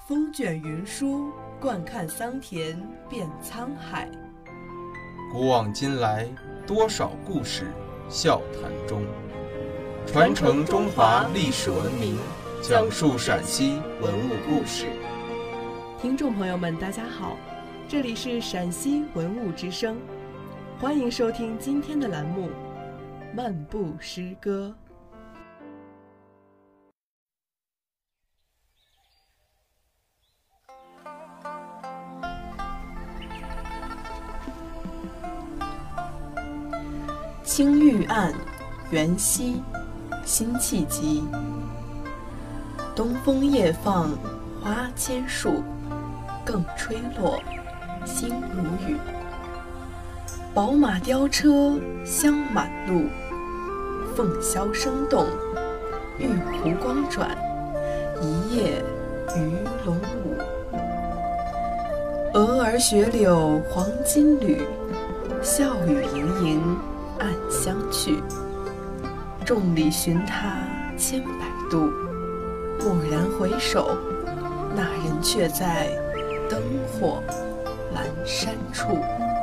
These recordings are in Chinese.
风卷云舒，惯看桑田变沧海。 古往今来，多少故事笑谈中。传承中华历史文明，讲述陕西文物故事。 听众朋友们，大家好，这里是陕西文物之声，欢迎收听今天的栏目《漫步诗歌》。青玉案，元夕，辛弃疾。东风夜放花千树，更吹落，星如雨。宝马雕车香满路，凤箫声动，玉壶光转，一夜鱼龙舞。蛾儿雪柳黄金缕，笑语盈盈暗香去。众里寻他千百度，蓦然回首，那人却在灯火阑珊处。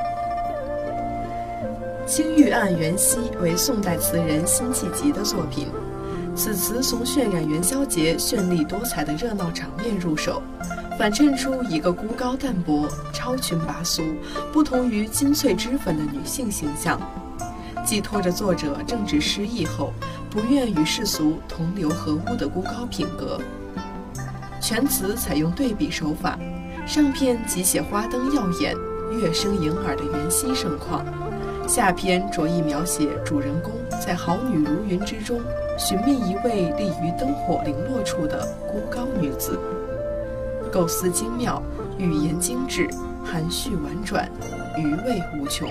青玉案元夕为宋代词人辛弃疾的作品，此词从渲染元宵节绚丽多彩的热闹场面入手，反衬出一个孤高淡泊、超群拔俗、不同于金翠脂粉的女性形象，寄托着作者正值失意后不愿与世俗同流合污的孤高品格。全词采用对比手法，上片即写花灯耀眼、乐声盈耳的元夕盛况，下篇着意描写主人公在好女如云之中寻觅一位立于灯火零落处的孤高女子。构思精妙，语言精致，含蓄婉转，余味无穷。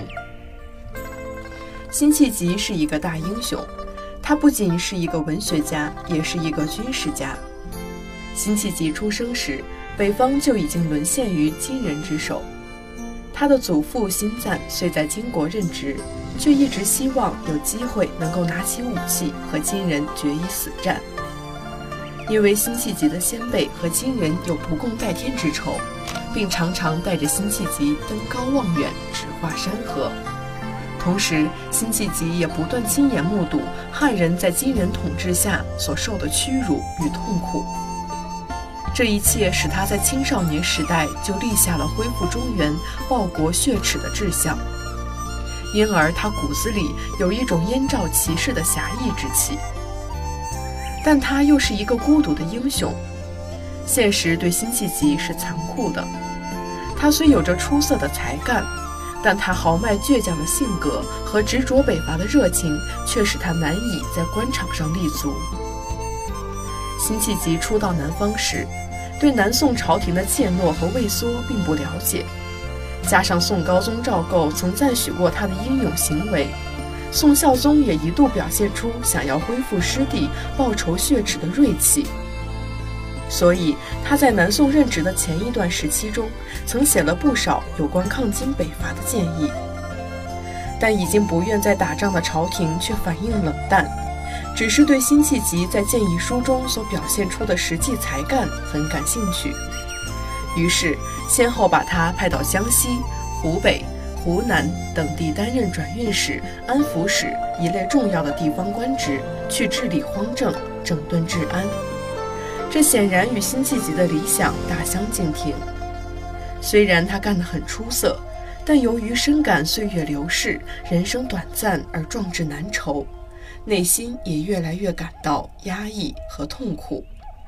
辛弃疾是一个大英雄，他不仅是一个文学家，也是一个军事家。辛弃疾出生时，北方就已经沦陷于金人之手。他的祖父辛赞虽在金国任职，却一直希望有机会能够拿起武器和金人决一死战。因为辛弃疾的先辈和金人有不共戴天之仇，并常常带着辛弃疾登高望远，直画山河。同时，辛弃疾也不断亲眼目睹汉人在金人统治下所受的屈辱与痛苦。这一切使他在青少年时代就立下了恢复中原、报国血耻的志向，因而他骨子里有一种燕赵骑士的侠义之气。但他又是一个孤独的英雄，现实对辛弃疾是残酷的。他虽有着出色的才干，但他豪迈倔强的性格和执着北伐的热情，却使他难以在官场上立足。辛弃疾初到南方时，对南宋朝廷的怯懦和畏缩并不了解，加上宋高宗赵构曾赞许过他的英勇行为，宋孝宗也一度表现出想要恢复失地、报仇血耻的锐气。所以他在南宋任职的前一段时期中，曾写了不少有关抗金北伐的建议。但已经不愿再打仗的朝廷却反应冷淡，只是对辛弃疾在建议书中所表现出的实际才干很感兴趣，于是先后把他派到江西、湖北、湖南等地担任转运使、安抚使一类重要的地方官职，去治理荒政、整顿治安。这显然与辛弃疾的理想大相径庭。虽然他干得很出色，但由于深感岁月流逝、人生短暂而壮志难酬，内心也越来越感到压抑和痛苦。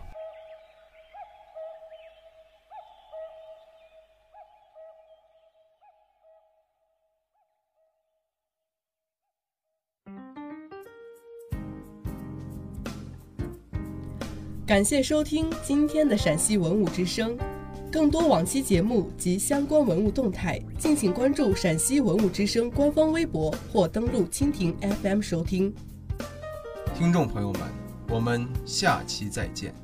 感谢收听今天的陕西文物之声，更多往期节目及相关文物动态，敬请关注陕西文物之声官方微博或登录蜻蜓 FM 收听。 听众朋友们，我们下期再见。